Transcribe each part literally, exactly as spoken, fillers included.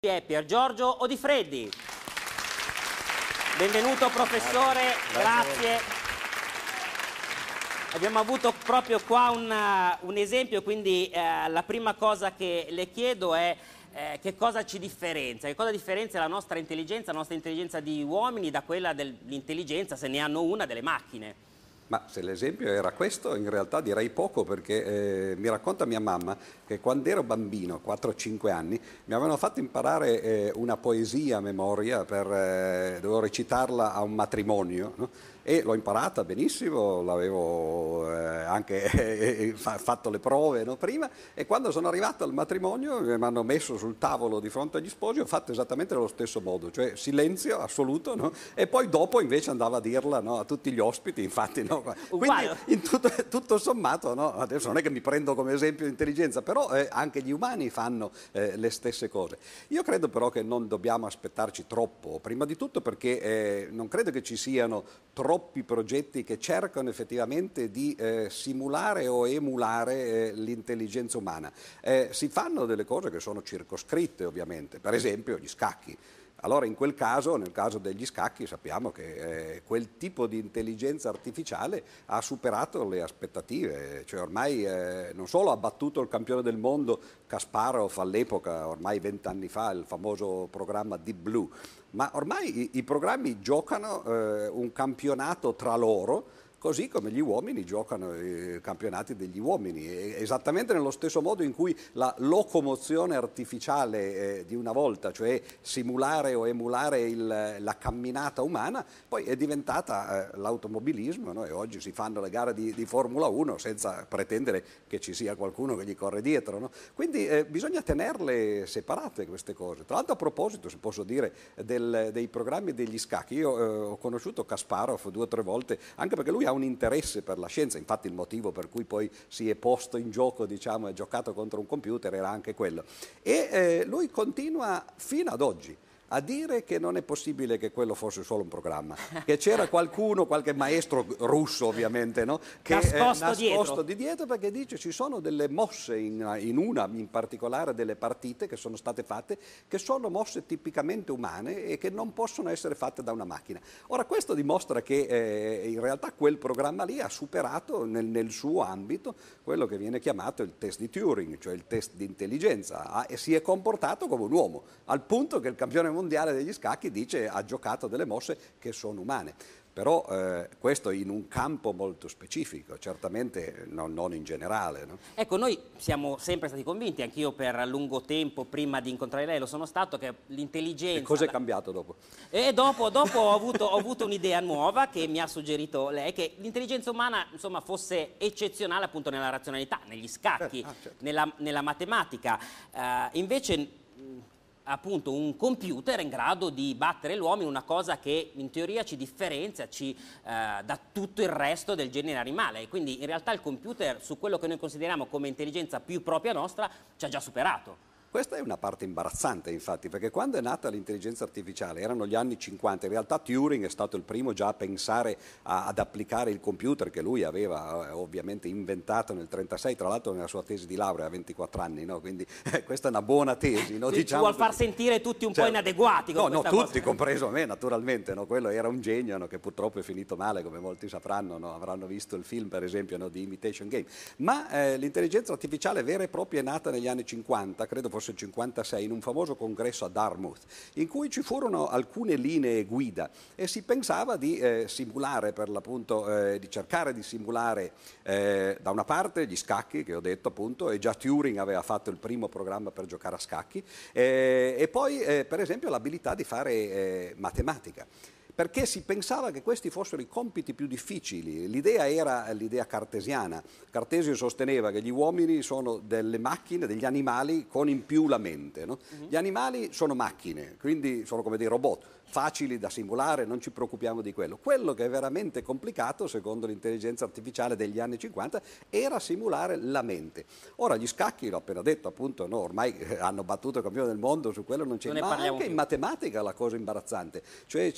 È Pier Giorgio Odifreddi. Benvenuto professore, grazie. grazie. Abbiamo avuto proprio qua un, un esempio, quindi eh, la prima cosa che le chiedo è eh, che cosa ci differenzia, che cosa differenzia la nostra intelligenza, la nostra intelligenza di uomini da quella dell'intelligenza, se ne hanno una, delle macchine. Ma se l'esempio era questo, in realtà direi poco, perché eh, mi racconta mia mamma che quando ero bambino, quattro cinque anni, mi avevano fatto imparare eh, una poesia a memoria, per, eh, dovevo recitarla a un matrimonio, no? E l'ho imparata benissimo, l'avevo eh, anche eh, fatto le prove, no, prima, e quando sono arrivato al matrimonio mi hanno messo sul tavolo di fronte agli sposi, ho fatto esattamente nello stesso modo, cioè silenzio assoluto, no? E poi dopo invece andavo a dirla, no, a tutti gli ospiti, infatti, no? Quindi in tutto, tutto sommato, no, adesso non è che mi prendo come esempio di intelligenza, però eh, anche gli umani fanno eh, le stesse cose. Io credo però che non dobbiamo aspettarci troppo, prima di tutto perché eh, non credo che ci siano troppi progetti che cercano effettivamente di eh, simulare o emulare eh, l'intelligenza umana. Eh, si fanno delle cose che sono circoscritte ovviamente, per esempio gli scacchi. Allora in quel caso, nel caso degli scacchi, sappiamo che eh, quel tipo di intelligenza artificiale ha superato le aspettative, cioè ormai eh, non solo ha battuto il campione del mondo Kasparov all'epoca, ormai vent'anni fa, il famoso programma Deep Blue, ma ormai i, i programmi giocano eh, un campionato tra loro, così come gli uomini giocano i campionati degli uomini, esattamente nello stesso modo in cui la locomozione artificiale eh, di una volta, cioè simulare o emulare il, la camminata umana, poi è diventata eh, l'automobilismo, no? E oggi si fanno le gare di, di Formula uno senza pretendere che ci sia qualcuno che gli corre dietro, no? Quindi eh, bisogna tenerle separate queste cose. Tra l'altro, a proposito, se posso dire, del, dei programmi degli scacchi, io eh, ho conosciuto Kasparov due o tre volte, anche perché lui ha un interesse per la scienza, infatti il motivo per cui poi si è posto in gioco, diciamo, e giocato contro un computer era anche quello. E eh, lui continua fino ad oggi a dire che non è possibile che quello fosse solo un programma, che c'era qualcuno, qualche maestro russo ovviamente, no? Che nascosto, è nascosto dietro. di dietro, perché dice ci sono delle mosse in, in una in particolare delle partite che sono state fatte, che sono mosse tipicamente umane e che non possono essere fatte da una macchina. Ora questo dimostra che eh, in realtà quel programma lì ha superato nel, nel suo ambito quello che viene chiamato il test di Turing, cioè il test di intelligenza, ha, e si è comportato come un uomo, al punto che il campione mondiale degli scacchi dice ha giocato delle mosse che sono umane. Però eh, questo in un campo molto specifico, certamente non, non in generale, no? Ecco, noi siamo sempre stati convinti, anch'io per lungo tempo, prima di incontrare lei lo sono stato, che l'intelligenza... E cosa è cambiato dopo? E dopo, dopo ho avuto, ho avuto un'idea nuova che mi ha suggerito lei, che l'intelligenza umana, insomma, fosse eccezionale appunto nella razionalità, negli scacchi, eh, ah, certo. nella, nella matematica. Uh, invece... appunto un computer è in grado di battere l'uomo in una cosa che in teoria ci differenzia ci, eh, da tutto il resto del genere animale, e quindi in realtà il computer su quello che noi consideriamo come intelligenza più propria nostra ci ha già superato. Questa è una parte imbarazzante, infatti, perché quando è nata l'intelligenza artificiale, erano gli anni cinquanta, in realtà Turing è stato il primo già a pensare a, ad applicare il computer che lui aveva eh, ovviamente inventato nel trentasei, tra l'altro nella sua tesi di laurea a ventiquattro anni, no? Quindi eh, questa è una buona tesi. No? Ci, diciamo, ci vuol far sentire tutti un cioè, po' inadeguati con no, no, cosa. tutti, compreso me, naturalmente, no? Quello era un genio, no? Che purtroppo è finito male, come molti sapranno, no? Avranno visto il film, per esempio, no? Di Imitation Game. Ma eh, l'intelligenza artificiale vera e propria è nata negli anni cinquanta, credo fosse il cinquantasei, in un famoso congresso a Dartmouth, in cui ci furono alcune linee guida e si pensava di eh, simulare, per l'appunto, eh, di cercare di simulare eh, da una parte gli scacchi, che ho detto appunto, e già Turing aveva fatto il primo programma per giocare a scacchi, eh, e poi eh, per esempio l'abilità di fare eh, matematica, perché si pensava che questi fossero i compiti più difficili. L'idea era l'idea cartesiana. Cartesio sosteneva che gli uomini sono delle macchine, degli animali con in più la mente, no? Uh-huh. Gli animali sono macchine, quindi sono come dei robot, facili da simulare, non ci preoccupiamo di quello. Quello che è veramente complicato, secondo l'intelligenza artificiale degli anni cinquanta, era simulare la mente. Ora gli scacchi, l'ho appena detto, appunto, no, ormai hanno battuto il campione del mondo, su quello non c'è, non ma anche più. in matematica la cosa imbarazzante, cioè ci sono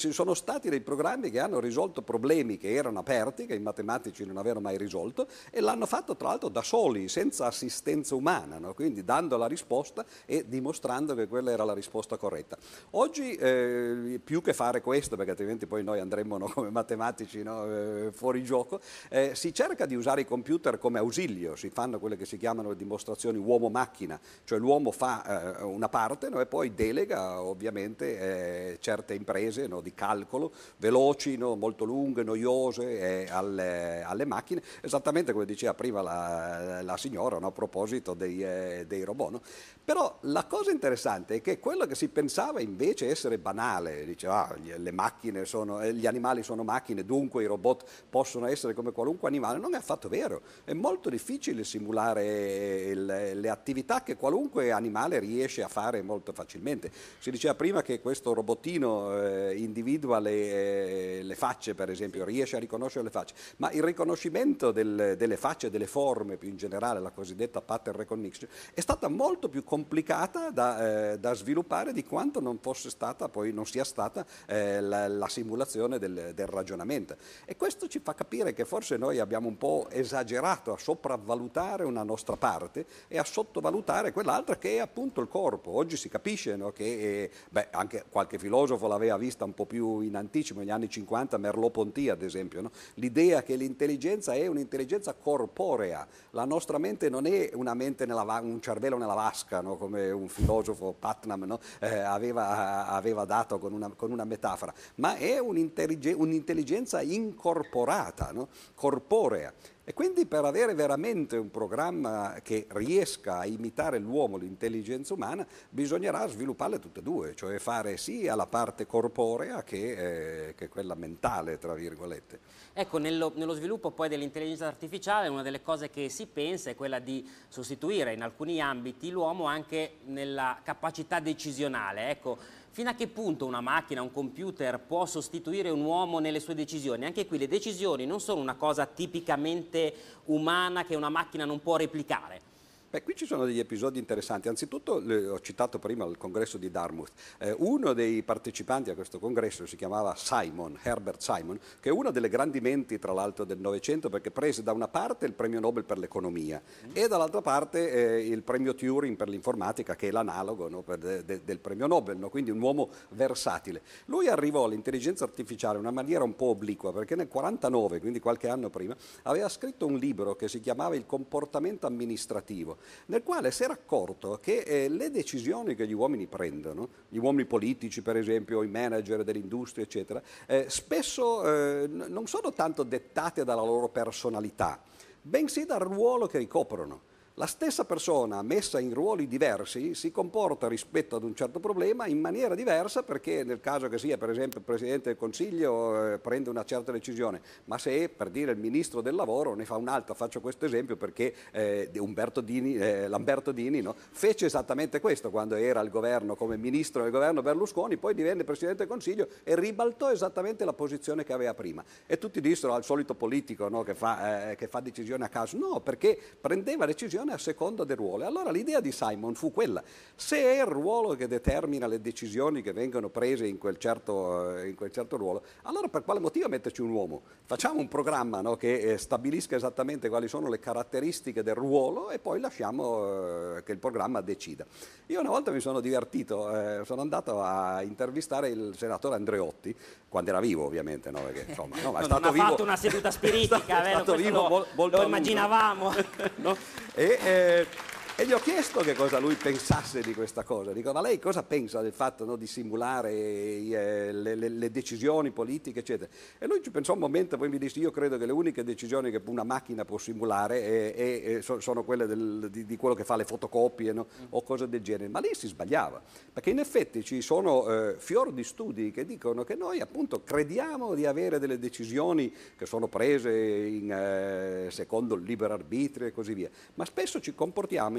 stati dei programmi che hanno risolto problemi che erano aperti, che i matematici non avevano mai risolto, e l'hanno fatto tra l'altro da soli, senza assistenza umana, no? Quindi dando la risposta e dimostrando che quella era la risposta corretta. Oggi eh, più che fare questo, perché altrimenti poi noi andremmo, no, come matematici, no, eh, fuori gioco, eh, si cerca di usare i computer come ausilio, si fanno quelle che si chiamano le dimostrazioni uomo-macchina, cioè l'uomo fa eh, una parte, no, e poi delega ovviamente eh, certe imprese, no, di calcolo veloci, no, molto lunghe, noiose eh, alle, alle macchine, esattamente come diceva prima la, la signora, no, a proposito dei, eh, dei robot. No? Però la cosa interessante è che quello che si pensava invece essere banale, diceva ah, le macchine sono, eh, gli animali sono macchine, dunque i robot possono essere come qualunque animale, non è affatto vero. È molto difficile simulare il, le attività che qualunque animale riesce a fare molto facilmente. Si diceva prima che questo robottino eh, individua le, eh, le facce, per esempio, riesce a riconoscere le facce, ma il riconoscimento del, delle facce, delle forme più in generale, la cosiddetta pattern recognition, è stata molto più complicata da, eh, da sviluppare di quanto non fosse stata, poi non sia stata eh, la, la simulazione del, del ragionamento. E questo ci fa capire che forse noi abbiamo un po' esagerato a sopravvalutare una nostra parte e a sottovalutare quell'altra che è appunto il corpo. Oggi si capisce, no, che eh, beh, anche qualche filosofo l'aveva vista un po' più in anticipo, negli anni cinquanta, Merleau-Ponty ad esempio, no? L'idea che l'intelligenza è un'intelligenza corporea, la nostra mente non è una mente nella, un cervello nella vasca, no? Come un filosofo, Putnam, no? eh, aveva, aveva dato con una, con una metafora, ma è un'intelligenza, un'intelligenza incorporata, no? Corporea. E quindi per avere veramente un programma che riesca a imitare l'uomo, l'intelligenza umana, bisognerà svilupparle tutte e due, cioè fare sia la parte corporea che, eh, che quella mentale, tra virgolette. Ecco, nello, nello sviluppo poi dell'intelligenza artificiale una delle cose che si pensa è quella di sostituire in alcuni ambiti l'uomo anche nella capacità decisionale. Ecco, fino a che punto una macchina, un computer può sostituire un uomo nelle sue decisioni? Anche qui le decisioni non sono una cosa tipicamente umana che una macchina non può replicare. Beh, qui ci sono degli episodi interessanti. Anzitutto, le, ho citato prima il congresso di Dartmouth. Eh, uno dei partecipanti a questo congresso si chiamava Simon, Herbert Simon, che è una delle grandi menti, tra l'altro, del Novecento, perché prese da una parte il premio Nobel per l'economia mm. e dall'altra parte eh, il premio Turing per l'informatica, che è l'analogo, no, per de, de, del premio Nobel, no? Quindi un uomo versatile. Lui arrivò all'intelligenza artificiale in una maniera un po' obliqua, perché nel quarantanove, quindi qualche anno prima, aveva scritto un libro che si chiamava Il comportamento amministrativo, nel quale si era accorto che eh, le decisioni che gli uomini prendono, gli uomini politici per esempio, i manager dell'industria eccetera, eh, spesso eh, non sono tanto dettate dalla loro personalità, bensì dal ruolo che ricoprono. La stessa persona messa in ruoli diversi si comporta rispetto ad un certo problema in maniera diversa, perché nel caso che sia per esempio il Presidente del Consiglio eh, prende una certa decisione, ma se per dire il Ministro del Lavoro ne fa un'altra. Faccio questo esempio perché eh, Umberto Dini, eh, Lamberto Dini, no, fece esattamente questo quando era al governo come Ministro del governo Berlusconi, poi divenne Presidente del Consiglio e ribaltò esattamente la posizione che aveva prima. E tutti dissero al solito politico, no, che, fa, eh, che fa decisioni a caso. No, perché prendeva decisioni a seconda del ruolo. Allora l'idea di Simon fu quella: se è il ruolo che determina le decisioni che vengono prese in quel certo, in quel certo ruolo, allora per quale motivo metterci un uomo? Facciamo un programma, no, che eh, stabilisca esattamente quali sono le caratteristiche del ruolo e poi lasciamo eh, che il programma decida. Io una volta mi sono divertito, eh, sono andato a intervistare il senatore Andreotti, quando era vivo ovviamente, no? Perché, insomma, no, ma è stato non ha vivo, fatto una seduta spiritica, è stato, vero? È stato vivo lo, mol, molto lo immaginavamo. no? E, eh, e gli ho chiesto che cosa lui pensasse di questa cosa. Dico, ma lei cosa pensa del fatto, no, di simulare eh, le, le, le decisioni politiche, eccetera? E lui ci pensò un momento, poi mi disse: io credo che le uniche decisioni che una macchina può simulare è, è, è, sono quelle del, di, di quello che fa le fotocopie, no? O cose del genere. Ma lì si sbagliava, perché in effetti ci sono eh, fior di studi che dicono che noi appunto crediamo di avere delle decisioni che sono prese in, eh, secondo il libero arbitrio e così via, ma spesso ci comportiamo in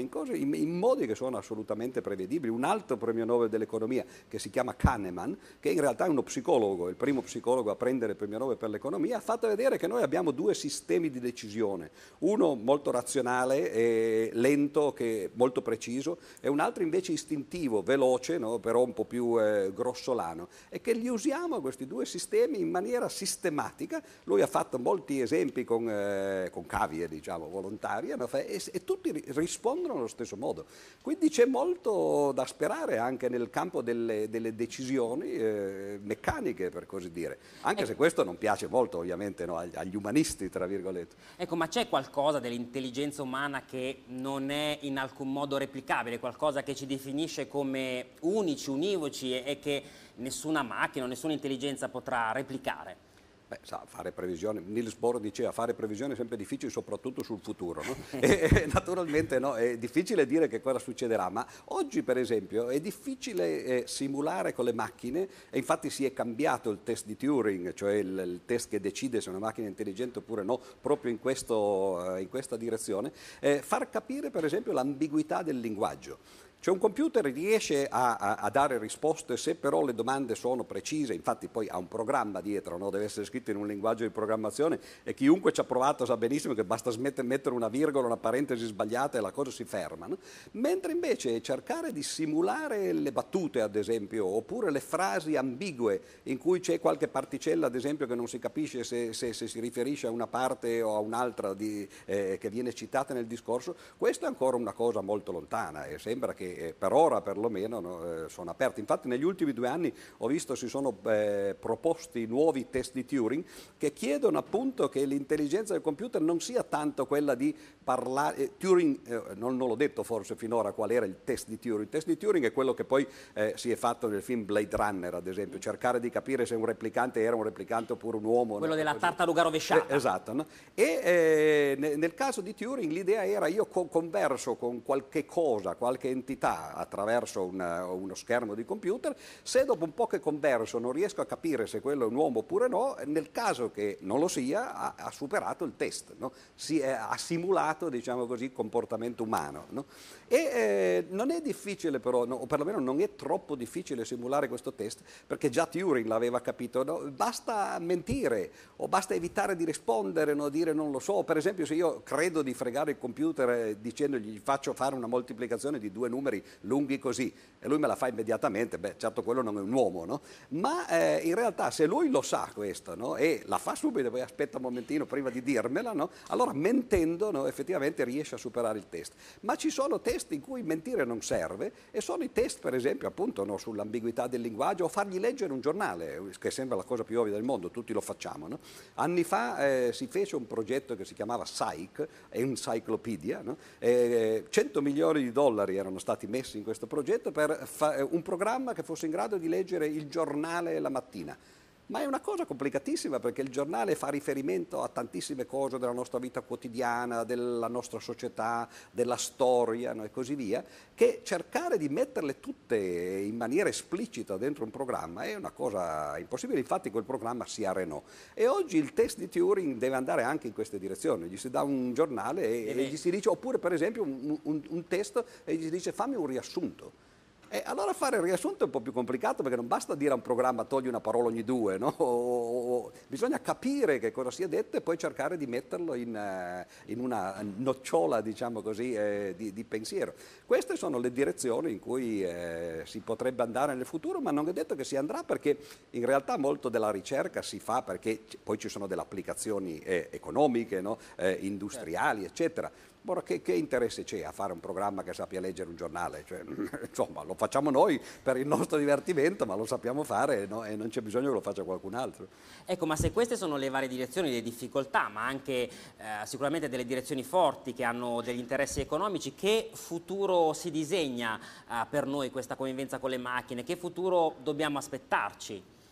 in, cose, in, in modi che sono assolutamente prevedibili. Un altro premio Nobel dell'economia che si chiama Kahneman, che in realtà è uno psicologo, il primo psicologo a prendere il premio Nobel per l'economia, ha fatto vedere che noi abbiamo due sistemi di decisione, uno molto razionale e lento, che molto preciso, e un altro invece istintivo, veloce, no? Però un po' più eh, grossolano, e che li usiamo questi due sistemi in maniera sistematica. Lui ha fatto molti esempi con, eh, con cavie, diciamo, volontarie, no? e, e tutti rispondono allo stesso modo. Quindi c'è molto da sperare anche nel campo delle, delle decisioni eh, meccaniche, per così dire, anche ecco. se questo non piace molto ovviamente, no? agli, agli umanisti, tra virgolette. Ecco, ma c'è qualcosa dell'intelligenza umana che non è in alcun modo replicabile, qualcosa che ci definisce come unici, univoci e, e che nessuna macchina o nessuna intelligenza potrà replicare? Beh, sa, fare previsioni, Niels Bohr diceva fare previsioni è sempre difficile, soprattutto sul futuro, no? e, e, naturalmente no, è difficile dire che cosa succederà, ma oggi per esempio è difficile eh, simulare con le macchine, e infatti si è cambiato il test di Turing, cioè il, il test che decide se una macchina è intelligente oppure no, proprio in, questo, eh, in questa direzione, eh, far capire per esempio l'ambiguità del linguaggio. Cioè un computer riesce a, a, a dare risposte se però le domande sono precise, infatti poi ha un programma dietro, no? Deve essere scritto in un linguaggio di programmazione, e chiunque ci ha provato sa benissimo che basta smettere, mettere una virgola, una parentesi sbagliata e la cosa si ferma. No? Mentre invece cercare di simulare le battute, ad esempio, oppure le frasi ambigue in cui c'è qualche particella, ad esempio, che non si capisce se, se, se si riferisce a una parte o a un'altra di, eh, che viene citata nel discorso, questo è ancora una cosa molto lontana e sembra che per ora perlomeno no, eh, sono aperti. Infatti negli ultimi due anni ho visto si sono eh, proposti nuovi test di Turing che chiedono appunto che l'intelligenza del computer non sia tanto quella di parlare. Eh, Turing, eh, non, non l'ho detto forse finora qual era il test di Turing. Il test di Turing è quello che poi eh, si è fatto nel film Blade Runner, ad esempio, cercare di capire se un replicante era un replicante oppure un uomo. Quello no? della Così. tartaruga rovesciata. Eh, esatto. No? E eh, nel caso di Turing l'idea era io co- converso con qualche cosa, qualche entità attraverso una, uno schermo di computer, se dopo un po' che converso non riesco a capire se quello è un uomo oppure no, nel caso che non lo sia ha, ha superato il test, no? si è, ha simulato, diciamo così, comportamento umano. No? E eh, non è difficile però, no, o perlomeno non è troppo difficile simulare questo test, perché già Turing l'aveva capito, no? Basta mentire o basta evitare di rispondere, no? Dire non lo so. Per esempio se io credo di fregare il computer eh, dicendogli gli faccio fare una moltiplicazione di due numeri lunghi così e lui me la fa immediatamente, beh certo quello non è un uomo, no? Ma eh, in realtà se lui lo sa questo, no? E la fa subito, poi aspetta un momentino prima di dirmela, no? Allora mentendo, no? Effettivamente riesce a superare il test. Ma ci sono test in cui mentire non serve e sono i test per esempio appunto no? sull'ambiguità del linguaggio o fargli leggere un giornale, che sembra la cosa più ovvia del mondo, tutti lo facciamo, no? Anni fa eh, si fece un progetto che si chiamava Psych, Encyclopedia, no? eh, cento milioni di dollari erano stati messi in questo progetto per un programma che fosse in grado di leggere il giornale la mattina. Ma è una cosa complicatissima perché il giornale fa riferimento a tantissime cose della nostra vita quotidiana, della nostra società, della storia, no? E così via, che cercare di metterle tutte in maniera esplicita dentro un programma è una cosa impossibile. Infatti quel programma si arenò. E oggi il test di Turing deve andare anche in queste direzioni. Gli si dà un giornale e, e gli si dice, oppure per esempio un, un, un test e gli si dice fammi un riassunto. E allora fare il riassunto è un po' più complicato perché non basta dire a un programma togli una parola ogni due, no? o, o, bisogna capire che cosa sia detto e poi cercare di metterlo in, uh, in una nocciola, diciamo così, eh, di, di pensiero. Queste sono le direzioni in cui eh, si potrebbe andare nel futuro, ma non è detto che si andrà perché in realtà molto della ricerca si fa perché poi ci sono delle applicazioni eh, economiche, no? eh, industriali, eccetera. Ora, che, che interesse c'è a fare un programma che sappia leggere un giornale? Cioè, insomma, lo facciamo noi per il nostro divertimento, ma lo sappiamo fare, no? E non c'è bisogno che lo faccia qualcun altro. Ecco, ma se queste sono le varie direzioni, le difficoltà, ma anche eh, sicuramente delle direzioni forti che hanno degli interessi economici, che futuro si disegna eh, per noi questa convivenza con le macchine? Che futuro dobbiamo aspettarci?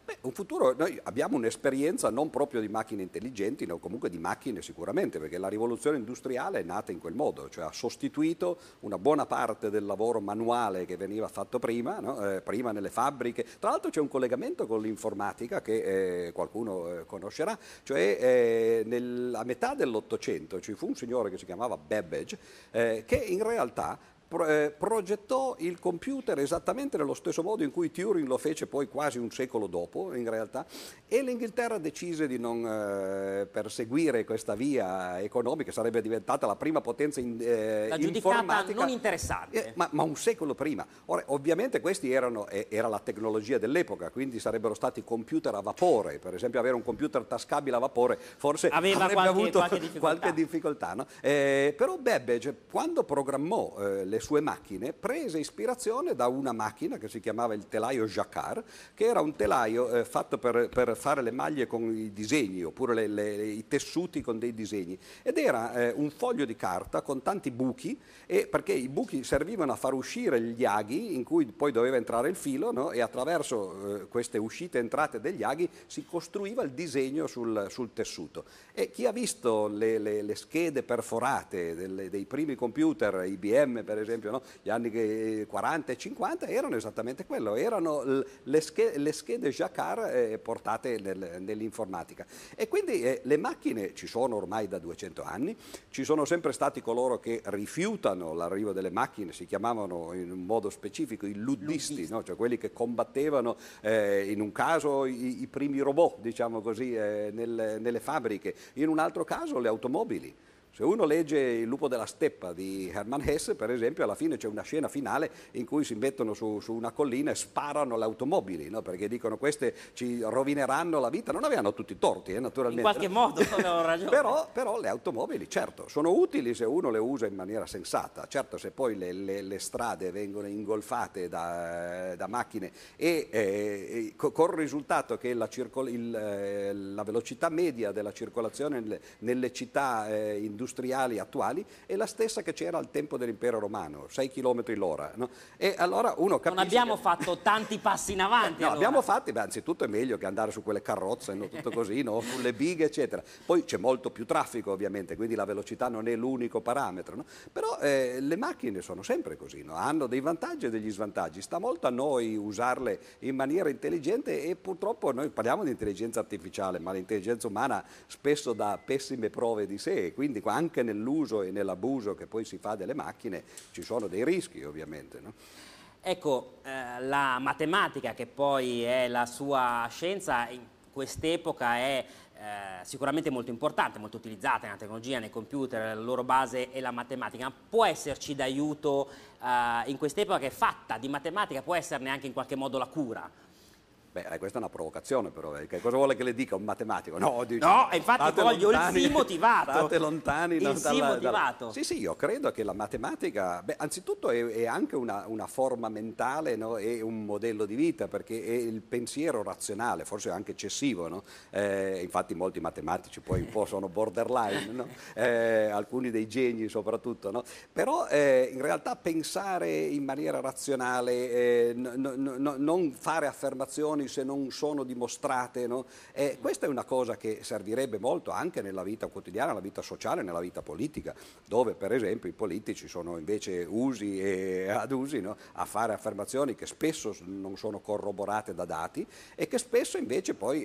Beh, un futuro, noi abbiamo un'esperienza non proprio di macchine intelligenti, no, comunque di macchine sicuramente, perché la rivoluzione industriale è nata in quel modo, cioè ha sostituito una buona parte del lavoro manuale che veniva fatto prima, no? eh, prima nelle fabbriche. Tra l'altro c'è un collegamento con l'informatica che eh, qualcuno eh, conoscerà, cioè eh, nel, a metà dell'Ottocento ci fu un signore che si chiamava Babbage, eh, che in realtà Pro, eh, progettò il computer esattamente nello stesso modo in cui Turing lo fece poi quasi un secolo dopo, in realtà, e l'Inghilterra decise di non eh, perseguire questa via economica, sarebbe diventata la prima potenza in, eh, la informatica. Non interessante. Eh, ma, ma un secolo prima. Ora, ovviamente questi erano, eh, era la tecnologia dell'epoca, quindi sarebbero stati computer a vapore, per esempio avere un computer tascabile a vapore forse aveva avrebbe qualche, avuto qualche difficoltà, qualche difficoltà no? eh, però Babbage, quando programmò eh, le sue macchine, prese ispirazione da una macchina che si chiamava il telaio Jacquard, che era un telaio eh, fatto per, per fare le maglie con i disegni, oppure le, le, i tessuti con dei disegni, ed era eh, un foglio di carta con tanti buchi, e perché i buchi servivano a far uscire gli aghi in cui poi doveva entrare il filo, no? E attraverso eh, queste uscite e entrate degli aghi si costruiva il disegno sul, sul tessuto. E chi ha visto le, le, le schede perforate delle, dei primi computer, I B M per esempio, no? Gli anni quaranta e cinquanta, erano esattamente quello, erano le schede, le schede Jacquard eh, portate nel, nell'informatica. E quindi eh, le macchine ci sono ormai da duecento anni, ci sono sempre stati coloro che rifiutano l'arrivo delle macchine, si chiamavano in un modo specifico i luddisti, luddisti. No? Cioè quelli che combattevano eh, in un caso i, i primi robot, diciamo così, eh, nel, nelle fabbriche, in un altro caso le automobili. Se uno legge Il lupo della steppa di Hermann Hesse, per esempio, alla fine c'è una scena finale in cui si mettono su, su una collina e sparano le automobili, no? Perché dicono queste ci rovineranno la vita. Non avevano tutti torti, eh, naturalmente. In qualche no? modo avevano ragione. però, però le automobili, certo, sono utili se uno le usa in maniera sensata. Certo, se poi le, le, le strade vengono ingolfate da, da macchine e eh, con il risultato che la, circol- il, eh, la velocità media della circolazione nelle, nelle città eh, industriali industriali attuali è la stessa che c'era al tempo dell'impero romano, sei chilometri l'ora. No? E allora uno capisce non abbiamo che... fatto tanti passi in avanti. No, allora. abbiamo fatti, beh, anzitutto è meglio che andare su quelle carrozze, no? Tutto così, no? Sulle bighe, eccetera. Poi c'è molto più traffico, ovviamente, quindi la velocità non è l'unico parametro. No? Però eh, le macchine sono sempre così, no? Hanno dei vantaggi e degli svantaggi. Sta molto a noi usarle in maniera intelligente e purtroppo noi parliamo di intelligenza artificiale, ma l'intelligenza umana spesso dà pessime prove di sé, quindi anche nell'uso e nell'abuso che poi si fa delle macchine ci sono dei rischi, ovviamente. No? Ecco, eh, la matematica, che poi è la sua scienza, in quest'epoca è eh, sicuramente molto importante, molto utilizzata nella tecnologia, nei computer, la loro base è la matematica. Può esserci d'aiuto eh, in quest'epoca che è fatta di matematica, può esserne anche in qualche modo la cura? Beh, questa è una provocazione però, eh. Che cosa vuole che le dica un matematico? No, dice, no infatti voglio lontani, il sì motivato. State lontani. Il no, sì dalla, motivato. Dalla... Sì, sì, io credo che la matematica, beh, anzitutto è, è anche una, una forma mentale, no? È un modello di vita, perché è il pensiero razionale, forse anche eccessivo, no? Eh, infatti molti matematici poi un po' sono borderline, no? eh, alcuni dei geni soprattutto, no? Però eh, in realtà pensare in maniera razionale, eh, no, no, no, non fare affermazioni se non sono dimostrate, no? Eh, questa è una cosa che servirebbe molto anche nella vita quotidiana, nella vita sociale, nella vita politica, dove per esempio i politici sono invece usi e adusi, no? A fare affermazioni che spesso non sono corroborate da dati e che spesso invece poi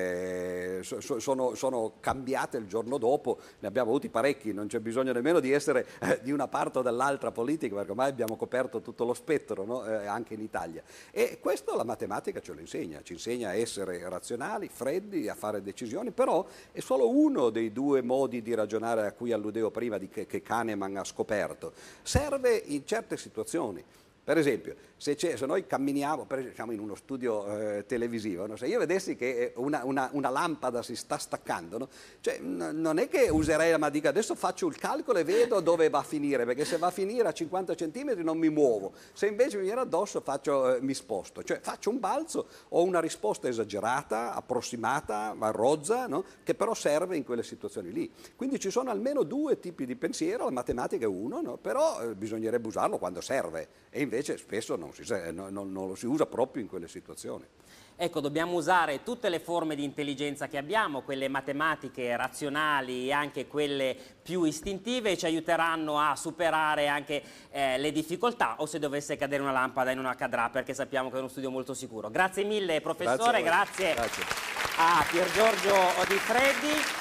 eh, so, sono, sono cambiate il giorno dopo. Ne abbiamo avuti parecchi, non c'è bisogno nemmeno di essere eh, di una parte o dell'altra politica, perché ormai abbiamo coperto tutto lo spettro, no? eh, anche in Italia. E questo la matematica ce lo insegna. Ci insegna a essere razionali, freddi, a fare decisioni, però è solo uno dei due modi di ragionare a cui alludevo prima, di che, che Kahneman ha scoperto. Serve in certe situazioni. Per esempio, se, se noi camminiamo, per esempio, siamo in uno studio eh, televisivo, no? Se io vedessi che una, una, una lampada si sta staccando, no? Cioè, n- non è che userei, ma dico adesso faccio il calcolo e vedo dove va a finire, perché se va a finire a cinquanta centimetri non mi muovo, se invece mi viene addosso faccio, eh, mi sposto, cioè faccio un balzo, ho una risposta esagerata, approssimata, ma rozza, no? Che però serve in quelle situazioni lì. Quindi ci sono almeno due tipi di pensiero, la matematica è uno, no? Però eh, bisognerebbe usarlo quando serve, e invece invece spesso non, si, non, non lo si usa proprio in quelle situazioni. Ecco, dobbiamo usare tutte le forme di intelligenza che abbiamo, quelle matematiche, razionali e anche quelle più istintive, e ci aiuteranno a superare anche eh, le difficoltà, o se dovesse cadere una lampada e non accadrà, perché sappiamo che è uno studio molto sicuro. Grazie mille professore, grazie, grazie. a Piergiorgio Di Freddi.